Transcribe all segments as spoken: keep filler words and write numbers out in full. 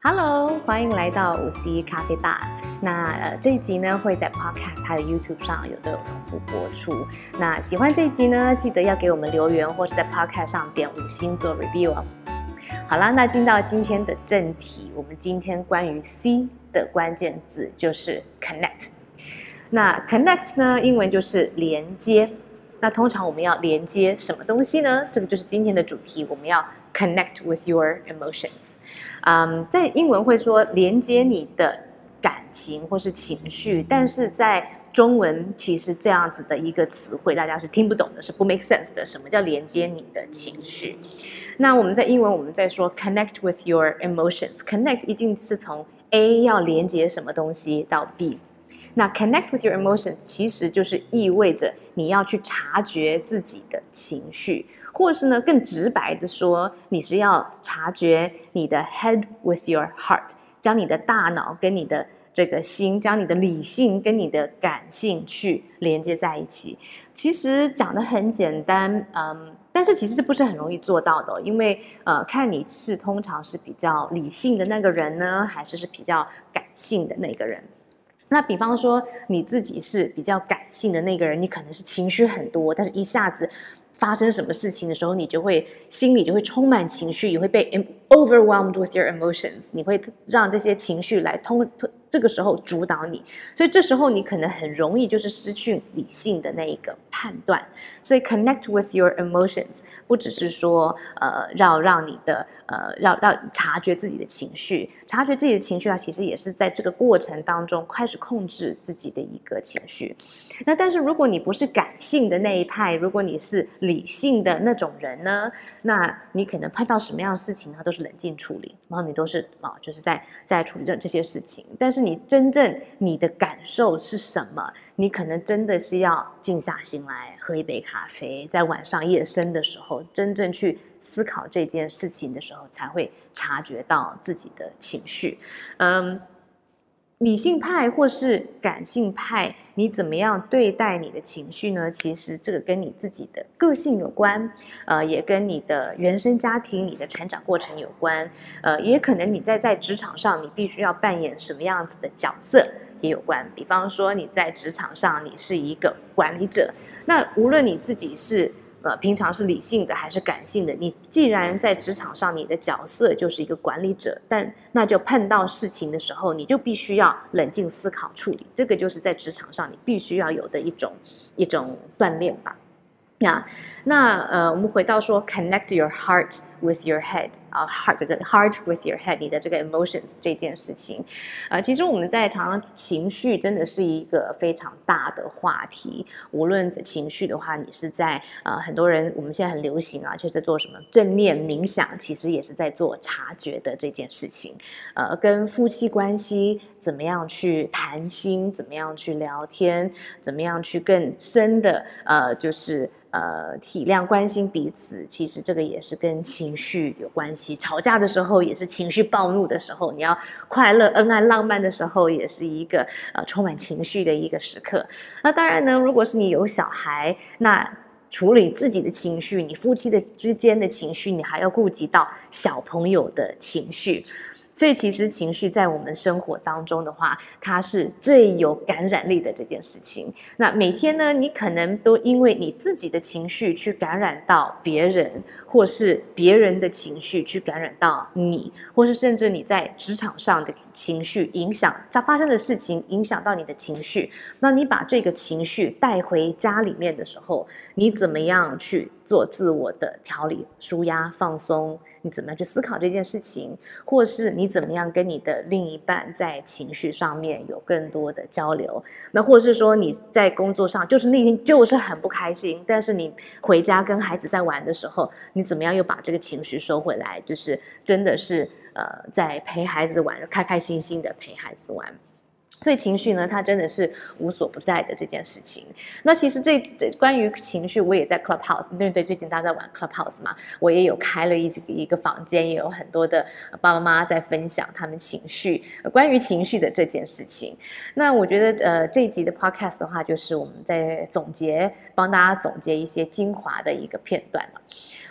Hello， 欢迎来到五 C 咖啡吧。那呃这一集呢会在 Podcast 还有 YouTube 上有都有同步播出。那喜欢这一集呢，记得要给我们留言，或是在 Podcast 上点五星做 review 哦。好啦，那进到今天的正题，我们今天关于 C 的关键字就是 connect。那 connect 呢，英文就是连接。那通常我们要连接什么东西呢？这个就是今天的主题，我们要 connect with your emotions。嗯，在英文会说连接你的感情或是情绪，但是在中文其实这样子的一个词汇大家是听不懂的，是不 make sense 的。什么叫连接你的情绪？那我们在英文我们在说 connect with your emotions， connect 一定是从 A 要连接什么东西到 B。那 connect with your emotions 其实就是意味着你要去察觉自己的情绪，或是呢更直白的说，你是要察觉你的 head with your heart， 将你的大脑跟你的这个心，将你的理性跟你的感性去连接在一起。其实讲得很简单，嗯，但是其实这不是很容易做到的哦，因为呃，看你是通常是比较理性的那个人呢，还是是比较感性的那个人。那比方说你自己是比较感性的那个人，你可能是情绪很多，但是一下子发生什么事情的时候，你就会心里就会充满情绪，也会被 overwhelmed with your emotions， 你会让这些情绪来通这个时候主导你，所以这时候你可能很容易就是失去理性的那一个判断。所以 connect with your emotions 不只是说呃要让你的呃要要察觉自己的情绪，察觉自己的情绪啊，其实也是在这个过程当中开始控制自己的一个情绪。那但是如果你不是感性的那一派，如果你是理性的那种人呢，那你可能碰到什么样的事情呢，都是冷静处理，然后你都是啊、哦，就是在在处理这这些事情。但是你真正你的感受是什么？你可能真的是要静下心来，喝一杯咖啡，在晚上夜深的时候，真正去思考这件事情的时候，才会察觉到自己的情绪。嗯。理性派或是感性派，你怎么样对待你的情绪呢？其实这个跟你自己的个性有关，呃，也跟你的原生家庭、你的成长过程有关，呃，也可能你在在职场上，你必须要扮演什么样子的角色也有关。比方说你在职场上，你是一个管理者，那无论你自己是呃，平常是理性的还是感性的，你既然在职场上你的角色就是一个管理者，但那就碰到事情的时候，你就必须要冷静思考处理，这个就是在职场上你必须要有的一种一种锻炼吧。那那呃，我们回到说 connect your heart with your head 啊 ，heart 这 heart with your head， 你的这个 emotions 这件事情，呃，其实我们在常常情绪真的是一个非常大的话题。无论情绪的话，你是在呃很多人我们现在很流行啊，就是在做什么正念冥想，其实也是在做察觉的这件事情。呃，跟夫妻关系怎么样去谈心，怎么样去聊天，怎么样去更深的呃就是。呃，体谅、关心彼此，其实这个也是跟情绪有关系。吵架的时候也是情绪暴怒的时候，你要快乐、恩爱、浪漫的时候，也是一个呃充满情绪的一个时刻。那当然呢，如果是你有小孩，那处理自己的情绪，你夫妻的之间的情绪，你还要顾及到小朋友的情绪。所以其实情绪在我们生活当中的话，它是最有感染力的这件事情。那每天呢，你可能都因为你自己的情绪去感染到别人，或是别人的情绪去感染到你，或是甚至你在职场上的情绪影响发生的事情影响到你的情绪，那你把这个情绪带回家里面的时候，你怎么样去做自我的调理、抒压、放松？你怎么样去思考这件事情，或是你怎么样跟你的另一半在情绪上面有更多的交流？那或是说你在工作上就是那天就是很不开心，但是你回家跟孩子在玩的时候，你怎么样又把这个情绪收回来？就是真的是呃在陪孩子玩，开开心心的陪孩子玩。所以情绪呢，它真的是无所不在的这件事情。那其实这这关于情绪，我也在 Clubhouse， 对对，最近大家在玩 Clubhouse 嘛，我也有开了一一个房间，也有很多的爸爸妈妈在分享他们情绪，关于情绪的这件事情。那我觉得呃这一集的 Podcast 的话，就是我们在总结，帮大家总结一些精华的一个片段了。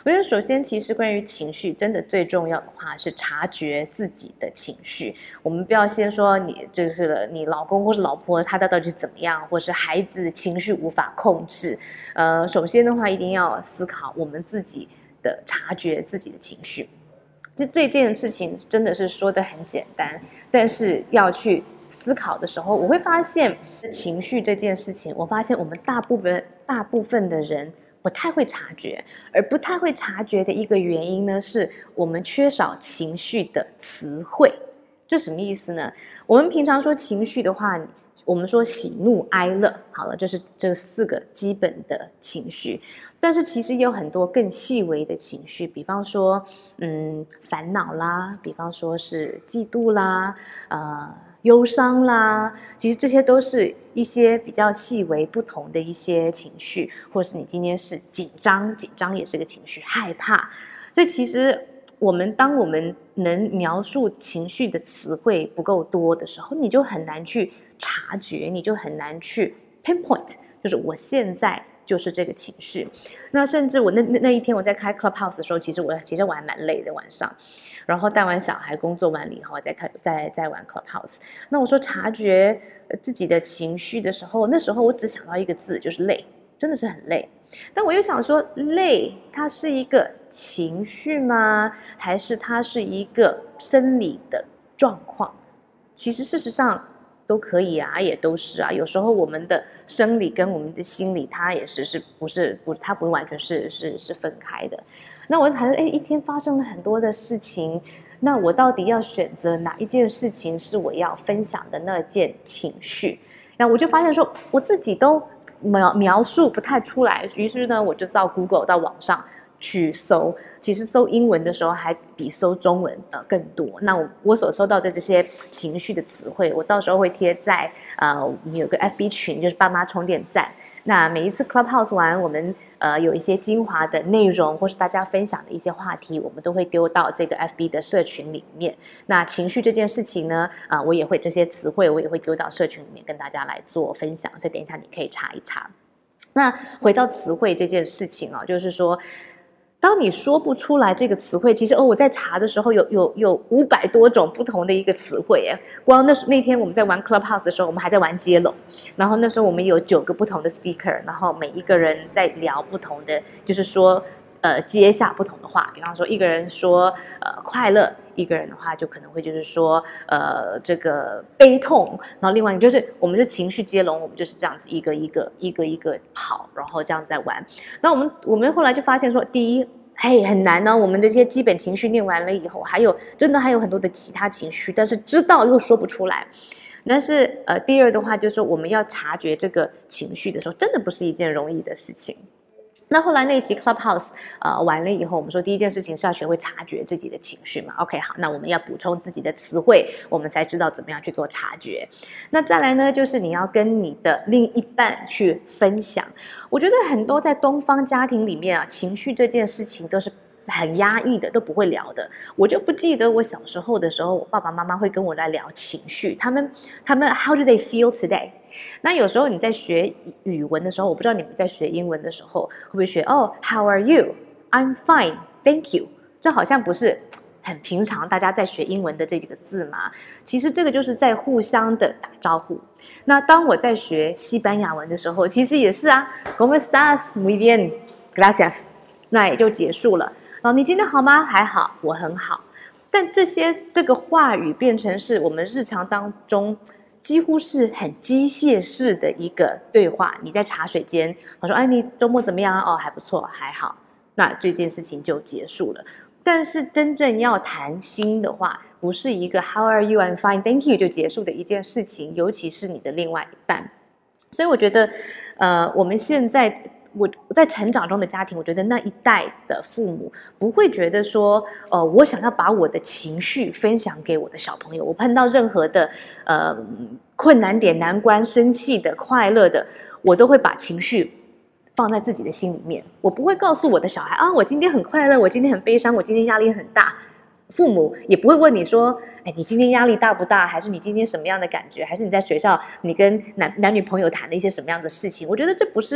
我觉得首先其实关于情绪真的最重要的话是察觉自己的情绪。我们不要先说你这是你老公或是老婆他到底是怎么样，或是孩子情绪无法控制。呃，首先的话一定要思考我们自己的察觉自己的情绪。这这件事情真的是说得很简单，但是要去思考的时候，我会发现情绪这件事情，我发现我们大部分大部分的人不太会察觉，而不太会察觉的一个原因呢，是我们缺少情绪的词汇。这什么意思呢？我们平常说情绪的话，我们说喜怒哀乐，好了，这是这四个基本的情绪。但是其实有很多更细微的情绪，比方说，嗯，烦恼啦，比方说是嫉妒啦，呃。忧伤啦，其实这些都是一些比较细微不同的一些情绪，或是你今天是紧张，紧张也是个情绪，害怕。所以其实我们当我们能描述情绪的词汇不够多的时候，你就很难去察觉，你就很难去 pinpoint， 就是我现在就是这个情绪。那甚至我那那那一天我在开 Clubhouse 的时候，其实我其实我还蛮累的晚上。然后带完小孩工作完了以后再看再再玩 Clubhouse。那我说察觉自己的情绪的时候，那时候我只想到一个字，就是累，真的是很累。但我又想说，累它是一个情绪吗？还是它是一个生理的状况？其实事实上都可以啊，也都是啊。有时候我们的生理跟我们的心理，它也是是不是不它不完全是是是分开的。那我才说，哎，一天发生了很多的事情，那我到底要选择哪一件事情是我要分享的那件情绪？然后我就发现说，我自己都描描述不太出来，于是呢，我就到 Google 到网上去搜，其实搜英文的时候还比搜中文呃更多。那我我所搜到的这些情绪的词汇，我到时候会贴在呃我们有个 F B 群，就是爸妈充电站。那每一次 Clubhouse 完，我们呃有一些精华的内容，或是大家分享的一些话题，我们都会丢到这个 F B 的社群里面。那情绪这件事情呢，啊、呃，我也会这些词汇，我也会丢到社群里面跟大家来做分享。所以等一下你可以查一查。那回到词汇这件事情啊，就是说，当你说不出来这个词汇，其实哦，我在查的时候有有有五百多种不同的一个词汇耶。光那那天我们在玩 Clubhouse 的时候，我们还在玩接龙，然后那时候我们有九个不同的 speaker， 然后每一个人在聊不同的，就是说呃接下不同的话。比方说一个人说呃快乐，一个人的话就可能会就是说呃这个悲痛，然后另外一个就是我们是情绪接龙，我们就是这样子一个一个一个一个跑，然后这样在玩。那我们我们后来就发现说，第一，嘿，很难呢。我们的这些基本情绪念完了以后，还有真的还有很多的其他情绪，但是知道又说不出来。但是呃，第二的话就是我们要察觉这个情绪的时候，真的不是一件容易的事情。那后来那一集 Clubhouse 呃完了以后，我们说第一件事情是要学会察觉自己的情绪嘛。OK， 好，那我们要补充自己的词汇，我们才知道怎么样去做察觉。那再来呢，就是你要跟你的另一半去分享。我觉得很多在东方家庭里面啊，情绪这件事情都是很压抑的，都不会聊的。我就不记得我小时候的时候，我爸爸妈妈会跟我来聊情绪，他们他们 How do they feel today？ 那有时候你在学语文的时候，我不知道你们在学英文的时候会不会学哦 How are you? I'm fine, thank you。这好像不是很平常，大家在学英文的这几个字嘛。其实这个就是在互相的打招呼。那当我在学西班牙文的时候，其实也是啊 ¿Cómo estás? Muy bien, gracias。那也就结束了。哦，你今天好吗？还好，我很好。但这些这个话语变成是我们日常当中几乎是很机械式的一个对话。你在茶水间，我说：“哎，你周末怎么样？哦，还不错，还好。”那这件事情就结束了。但是真正要谈心的话，不是一个 How are you? I'm fine, thank you 就结束的一件事情，尤其是你的另外一半。所以我觉得，呃，我们现在。我在成长中的家庭，我觉得那一代的父母不会觉得说，呃，我想要把我的情绪分享给我的小朋友。我碰到任何的呃困难点、难关、生气的、快乐的，我都会把情绪放在自己的心里面。我不会告诉我的小孩啊，我今天很快乐，我今天很悲伤，我今天压力很大。父母也不会问你说，哎，你今天压力大不大？还是你今天什么样的感觉？还是你在学校你跟男男女朋友谈的一些什么样的事情？我觉得这不是。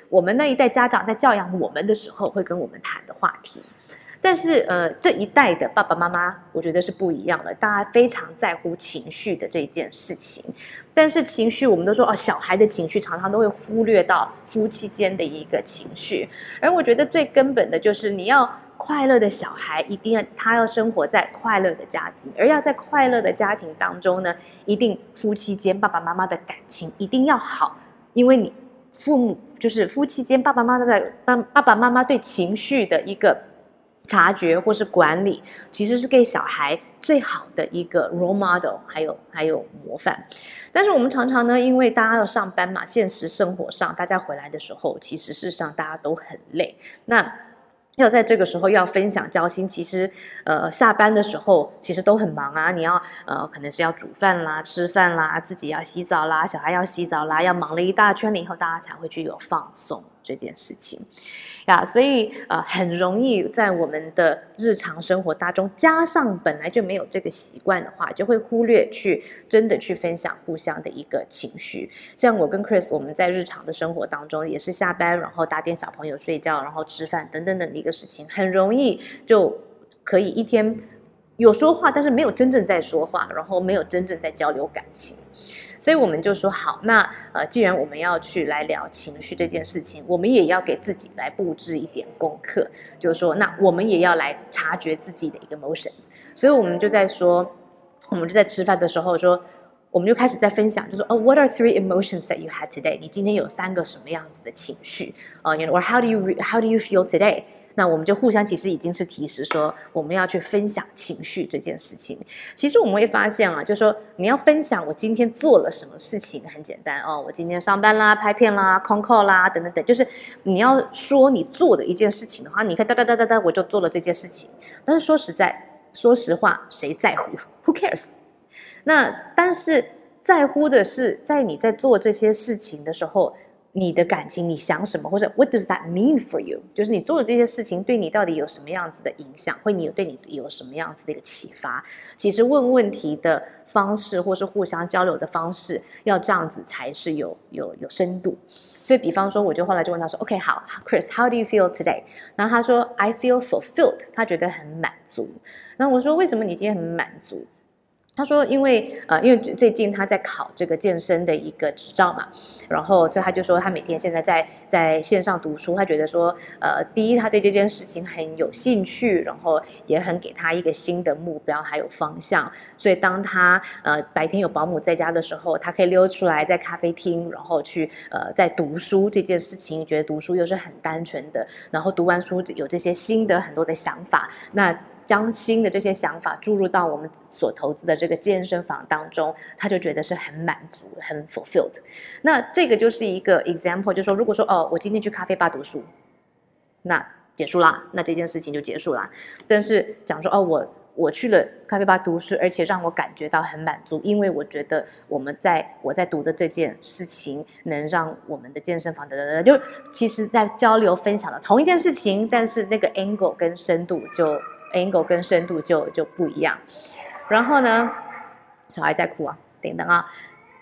我们那一代家长在教养我们的时候会跟我们谈的话题。但是呃，这一代的爸爸妈妈，我觉得是不一样的，大家非常在乎情绪的这件事情。但是情绪，我们都说哦，小孩的情绪常常都会忽略到夫妻间的一个情绪。而我觉得最根本的就是你要快乐的小孩，一定要他要生活在快乐的家庭，而要在快乐的家庭当中呢，一定夫妻间爸爸妈妈的感情一定要好，因为你父母就是夫妻间爸爸妈妈的爸爸爸妈妈对情绪的一个察觉或是管理，其实是给小孩最好的一个 role model， 还有还有模范。但是我们常常呢，因为大家要上班嘛，现实生活上大家回来的时候，其实事实上大家都很累。那要在这个时候要分享交心，其实呃下班的时候其实都很忙啊，你要呃可能是要煮饭啦、吃饭啦，自己要洗澡啦，小孩要洗澡啦，要忙了一大圈了以后，大家才会去有放松这件事情呀。所以呃很容易在我们的日常生活当中，加上本来就没有这个习惯的话，就会忽略去真的去分享互相的一个情绪。像我跟 Chris， 我们在日常的生活当中也是下班然后打点小朋友睡觉，然后吃饭等等等的一个事情，很容易就可以一天有说话，但是没有真正在说话，然后没有真正在交流感情。所以我们就说好，那呃，既然我们要去来聊情绪这件事情，我们也要给自己来布置一点功课，就是说，那我们也要来察觉自己的一个 emotions。所以我们就在说，我们就在吃饭的时候说，我们就开始在分享，就说，哦 ，What are three emotions that you had today？ 你今天有三个什么样子的情绪？呃 ，you know, or how do you how do you feel today？那我们就互相其实已经是提示说我们要去分享情绪这件事情。其实我们会发现啊，就是说你要分享我今天做了什么事情很简单哦，我今天上班啦、拍片啦、call call 啦等等等，就是你要说你做的一件事情的话，你看哒哒哒哒哒我就做了这件事情。但是说实在说实话，谁在乎 ？Who cares？ 那但是在乎的是在你在做这些事情的时候，你的感情你想什么，或者 What does that mean for you？ 就是你做的这些事情对你到底有什么样子的影响，会你有对你有什么样子的一个启发。其实问问题的方式或是互相交流的方式要这样子才是有有有深度。所以比方说我就后来就问他说 OK 好 Chris how do you feel today？ 然后他说 I feel fulfilled， 他觉得很满足。然后我说为什么你今天很满足？他说因为呃因为最近他在考这个健身的一个执照嘛，然后所以他就说他每天现在在在线上读书，他觉得说呃第一他对这件事情很有兴趣，然后也很给他一个新的目标还有方向，所以当他呃白天有保姆在家的时候，他可以溜出来在咖啡厅，然后去呃在读书这件事情，觉得读书又是很单纯的，然后读完书有这些新的很多的想法，那将新的这些想法注入到我们所投资的这个健身房当中，他就觉得是很满足很 fulfilled。 那这个就是一个 example， 就是说如果说哦我今天去咖啡吧读书，那结束啦，那这件事情就结束啦。但是讲说哦我我去了咖啡吧读书，而且让我感觉到很满足，因为我觉得我们在我在读的这件事情能让我们的健身房的就其实在交流分享的同一件事情，但是那个 angle 跟深度就 angle 跟深度就就不一样。然后呢小孩在哭啊，等等啊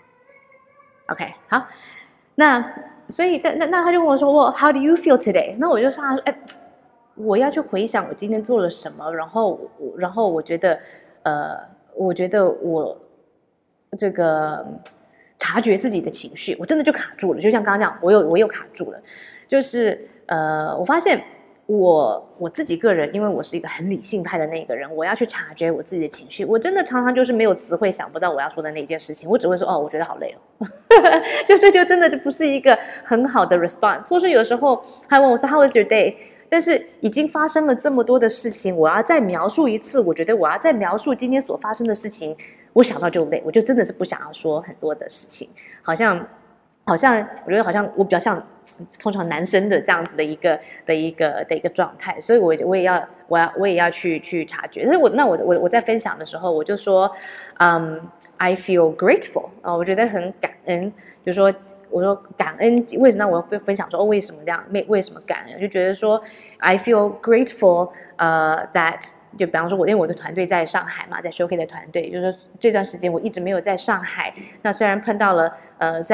OK 好，那所以那那他就问我说我 How do you feel today？ 那我就上来说哎我要去回想我今天做了什么，然后我然后我觉得呃我觉得我这个察觉自己的情绪，我真的就卡住了，就像刚刚讲我有我有卡住了，就是呃我发现我我自己个人，因为我是一个很理性派的那个人，我要去察觉我自己的情绪，我真的常常就是没有词汇想不到我要说的那件事情，我只会说哦我觉得好累哦就这就真的就不是一个很好的 response。 或是有时候他问我说 How was your day？但是已经发生了这么多的事情，我要再描述一次，我觉得我要再描述今天所发生的事情，我想到就累，我就真的是不想要说很多的事情，好像好像我觉得好像我比较像通常男生的这样子的一个的一个的一个状态，所以我我也要我要我也要去去察觉。所以我那我我我在分享的时候，我就说，嗯 ，I feel grateful 啊、呃，我觉得很感恩，就是说。我说感恩，为什么我会分享说哦为什么这样？为为什么感恩？就觉得说 I feel grateful， 呃、uh, ，that 就比方说我因为我的团队在上海嘛，在 Showcase 的团队，就是说这段时间我一直没有在上海。那虽然碰到了呃在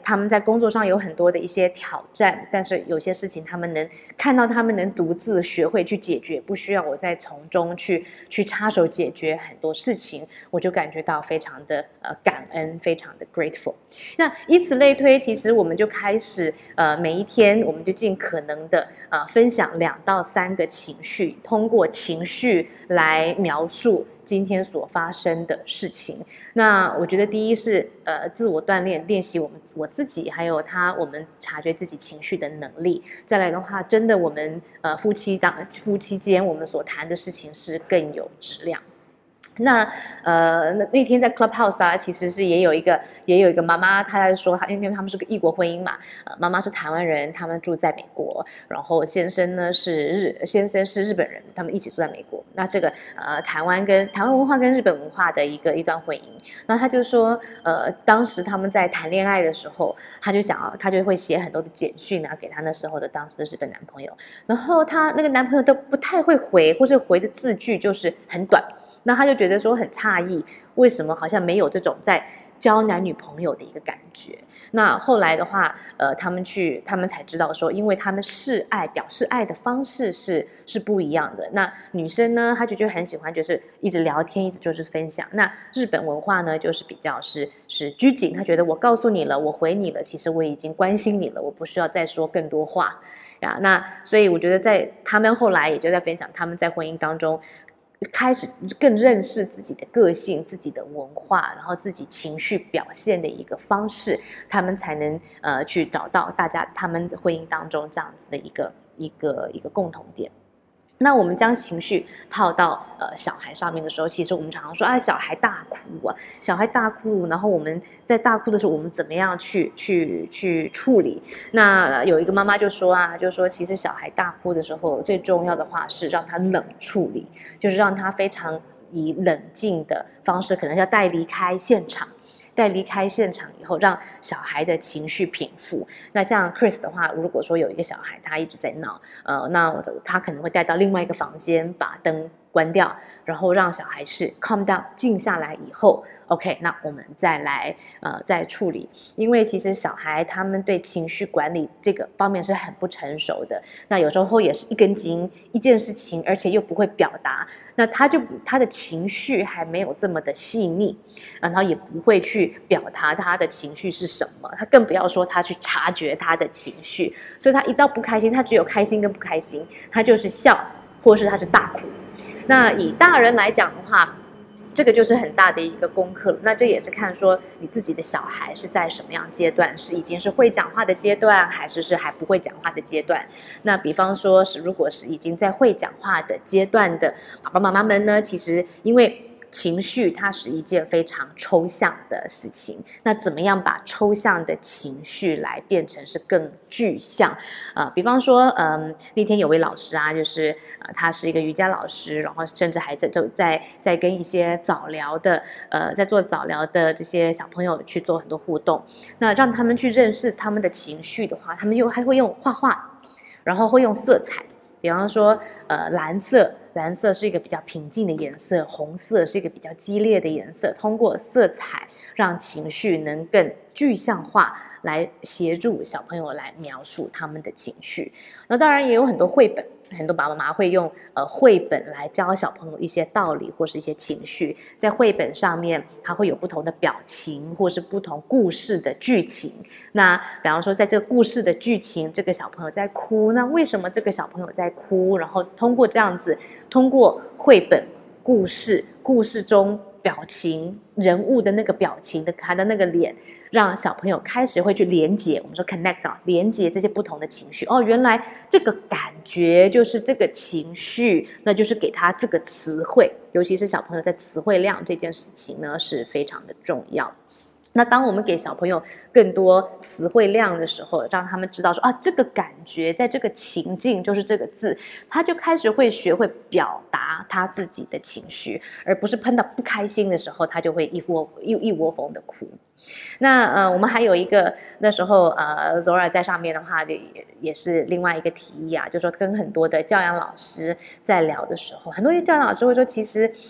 他们在工作上有很多的一些挑战，但是有些事情他们能看到，他们能独自学会去解决，不需要我再从中去去插手解决很多事情，我就感觉到非常的呃感恩，非常的 grateful。那以此类推，其实我们就开始呃每一天我们就尽可能的呃分享两到三个情绪，通过情绪来描述今天所发生的事情。那我觉得第一是呃自我锻炼，练习我们我自己还有他我们察觉自己情绪的能力。再来的话，真的我们呃夫妻当夫妻间我们所谈的事情是更有质量。那呃那那天在 Clubhouse 啊，其实是也有一个也有一个妈妈，她在说，因为他们是个异国婚姻嘛，呃妈妈是台湾人，他们住在美国，然后先生呢是日先生是日本人，他们一起住在美国。那这个呃台湾跟台湾文化跟日本文化的一个一段婚姻，那他就说呃当时他们在谈恋爱的时候，他就想要他就会写很多的简讯啊给他那时候的当时的日本男朋友，然后他那个男朋友都不太会回，或是回的字句就是很短。那他就觉得说很诧异，为什么好像没有这种在交男女朋友的一个感觉。那后来的话呃，他们去他们才知道说，因为他们示爱表示爱的方式是是不一样的。那女生呢，她就觉得很喜欢就是一直聊天，一直就是分享。那日本文化呢，就是比较是是拘谨，她觉得我告诉你了，我回你了，其实我已经关心你了，我不需要再说更多话呀。那所以我觉得在他们后来也就在分享他们在婚姻当中开始更认识自己的个性、自己的文化，然后自己情绪表现的一个方式，他们才能呃去找到大家他们的婚姻当中这样子的一个一个一个共同点。那我们将情绪套到呃小孩上面的时候，其实我们常常说啊，小孩大哭啊，小孩大哭，然后我们在大哭的时候，我们怎么样去去去处理？那有一个妈妈就说啊，就说其实小孩大哭的时候，最重要的话是让他冷处理，就是让他非常以冷静的方式，可能要带离开现场。带离开现场以后，让小孩的情绪平复。那像 Chris 的话，如果说有一个小孩他一直在闹，呃，那他可能会带到另外一个房间，把灯关掉，然后让小孩是 calm down 静下来以后 OK， 那我们再来呃再处理。因为其实小孩他们对情绪管理这个方面是很不成熟的，那有时候也是一根筋一件事情，而且又不会表达，那他就他的情绪还没有这么的细腻，然后也不会去表达他的情绪是什么，他更不要说他去察觉他的情绪，所以他一到不开心，他只有开心跟不开心，他就是笑或是他是大哭。那以大人来讲的话，这个就是很大的一个功课了。那这也是看说你自己的小孩是在什么样阶段，是已经是会讲话的阶段，还是是还不会讲话的阶段。那比方说是如果是已经在会讲话的阶段的爸爸妈妈们呢，其实因为情绪它是一件非常抽象的事情，那怎么样把抽象的情绪来变成是更具象？呃，比方说，嗯，那天有位老师啊，就是呃，他是一个瑜伽老师，然后甚至还在在在跟一些早疗的呃，在做早疗的这些小朋友去做很多互动，那让他们去认识他们的情绪的话，他们又还会用画画，然后会用色彩。比方说，呃，蓝色，蓝色是一个比较平静的颜色，红色是一个比较激烈的颜色。通过色彩，让情绪能更具象化，来协助小朋友来描述他们的情绪。那当然也有很多绘本，很多爸爸妈妈会用呃绘本来教小朋友一些道理或是一些情绪。在绘本上面，它会有不同的表情，或是不同故事的剧情。那比方说，在这个故事的剧情，这个小朋友在哭，那为什么这个小朋友在哭？然后通过这样子，通过绘本故事，故事中表情人物的那个表情的他的那个脸，让小朋友开始会去连接，我们说 connect 啊，连接这些不同的情绪。哦，原来这个感觉就是这个情绪，那就是给他这个词汇，尤其是小朋友在词汇量这件事情呢是非常的重要。那当我们给小朋友更多词汇量的时候，让他们知道说啊，这个感觉在这个情境就是这个字，他就开始会学会表达他自己的情绪，而不是碰到不开心的时候，他就会一窝一一窝蜂的哭。那呃，我们还有一个那时候呃 Zora 在上面的话，也也是另外一个提议啊，就是说跟很多的教养老师在聊的时候，很多教养老师会说，其实。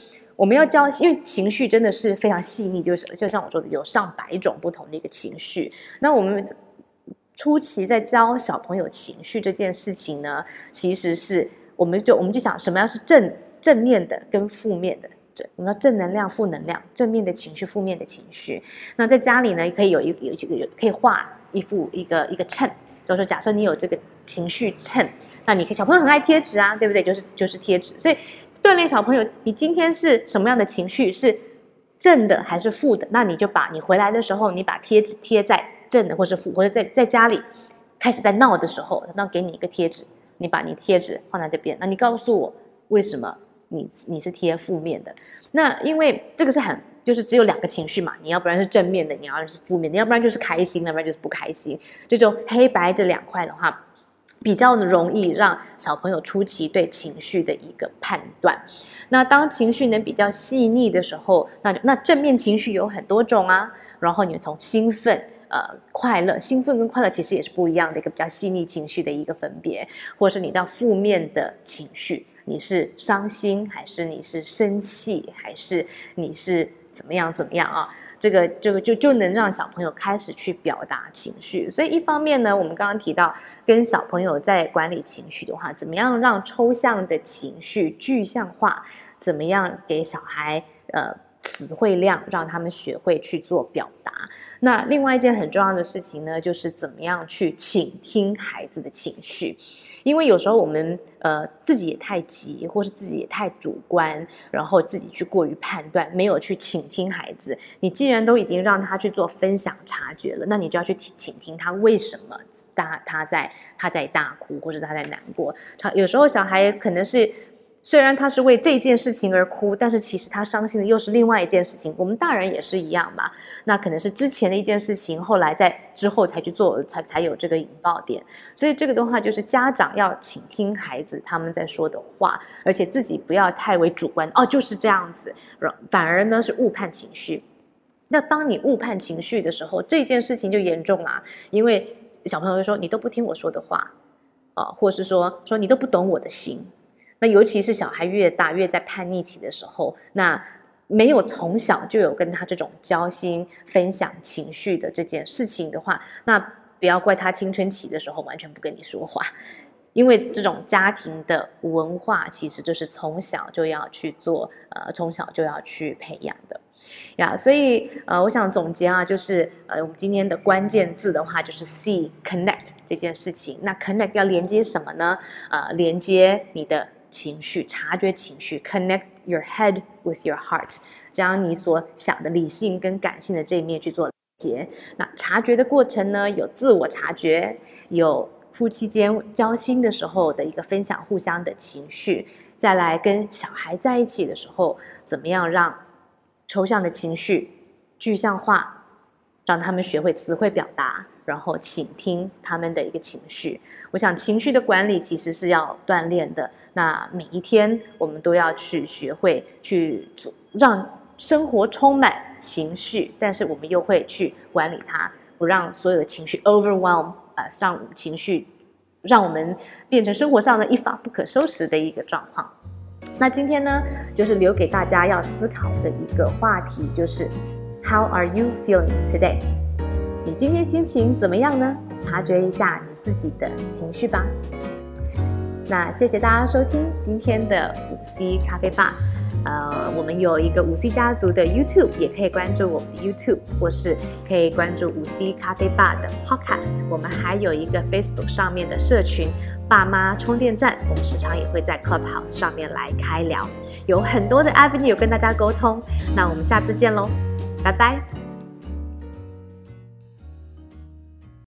我们要教，因为情绪真的是非常细腻，就是就像我说的，有上百种不同的一个情绪。那我们初期在教小朋友情绪这件事情呢，其实是我们就我们就想什么样是正正面的跟负面的。我们要正能量、负能量，正面的情绪、负面的情绪。那在家里呢，可以有一有有可以画一幅一个一个秤，就是说，假设你有这个情绪秤，那你可以小朋友很爱贴纸啊，对不对？就是就是贴纸。所以锻炼小朋友，你今天是什么样的情绪，是正的还是负的？那你就把你回来的时候，你把贴纸贴在正的或是负，或者在在家里开始在闹的时候，那给你一个贴纸，你把你贴纸放在这边，那你告诉我为什么？你你是贴负面的，那因为这个是很就是只有两个情绪嘛，你要不然是正面的，你要是负面的，要不然就是开心，要不然就是不开心。这种黑白这两块的话，比较容易让小朋友初期对情绪的一个判断。那当情绪能比较细腻的时候，那那正面情绪有很多种啊，然后你从兴奋。呃，快乐、兴奋跟快乐其实也是不一样的一个比较细腻情绪的一个分别，或者是你到负面的情绪，你是伤心还是你是生气，还是你是怎么样怎么样啊？这个这个就就能让小朋友开始去表达情绪。所以一方面呢，我们刚刚提到跟小朋友在管理情绪的话，怎么样让抽象的情绪具象化，怎么样给小孩呃词汇量，让他们学会去做表达。那另外一件很重要的事情呢，就是怎么样去倾听孩子的情绪。因为有时候我们呃自己也太急，或是自己也太主观，然后自己去过于判断，没有去倾听孩子。你既然都已经让他去做分享察觉了，那你就要去倾听他为什么他他在他在大哭，或者他在难过。他有时候小孩可能是虽然他是为这件事情而哭，但是其实他伤心的又是另外一件事情。我们大人也是一样嘛，那可能是之前的一件事情，后来在之后才去做，才才有这个引爆点。所以这个的话，就是家长要倾听孩子他们在说的话，而且自己不要太为主观，哦，就是这样子，反而呢是误判情绪。那当你误判情绪的时候，这件事情就严重啦，因为小朋友会说你都不听我说的话，呃、或是说说你都不懂我的心。那尤其是小孩越大越在叛逆期的时候，那没有从小就有跟他这种交心分享情绪的这件事情的话，那不要怪他青春期的时候完全不跟你说话，因为这种家庭的文化其实就是从小就要去做，呃，从小就要去培养的呀。所以呃，我想总结啊，就是呃，我们今天的关键字的话就是 C connect 这件事情。那 connect 要连接什么呢？呃，连接你的情绪，察觉情绪 ，connect your head with your heart， 将你所想的理性跟感性的这一面去做连接。那察觉的过程呢，有自我察觉，有夫妻间交心的时候的一个分享互相的情绪，再来跟小孩在一起的时候，怎么样让抽象的情绪具象化，让他们学会词汇表达，然后倾听他们的一个情绪。我想情绪的管理其实是要锻炼的，那每一天我们都要去学会去让生活充满情绪，但是我们又会去管理它，不让所有的情绪 overwhelm， 呃，让情绪让我们变成生活上的一发不可收拾的一个状况。那今天呢，就是留给大家要思考的一个话题，就是 How are you feeling today？ 你今天心情怎么样呢？察觉一下你自己的情绪吧。那谢谢大家收听今天的五 C 咖啡吧。呃，我们有一个五 C 家族的 YouTube， 也可以关注我们的 YouTube， 或是可以关注五 C 咖啡吧的 Podcast。我们还有一个 Facebook 上面的社群爸妈充电站，我们时常也会在 Clubhouse 上面来开聊，有很多的 avenue 跟大家沟通。那我们下次见咯，拜拜。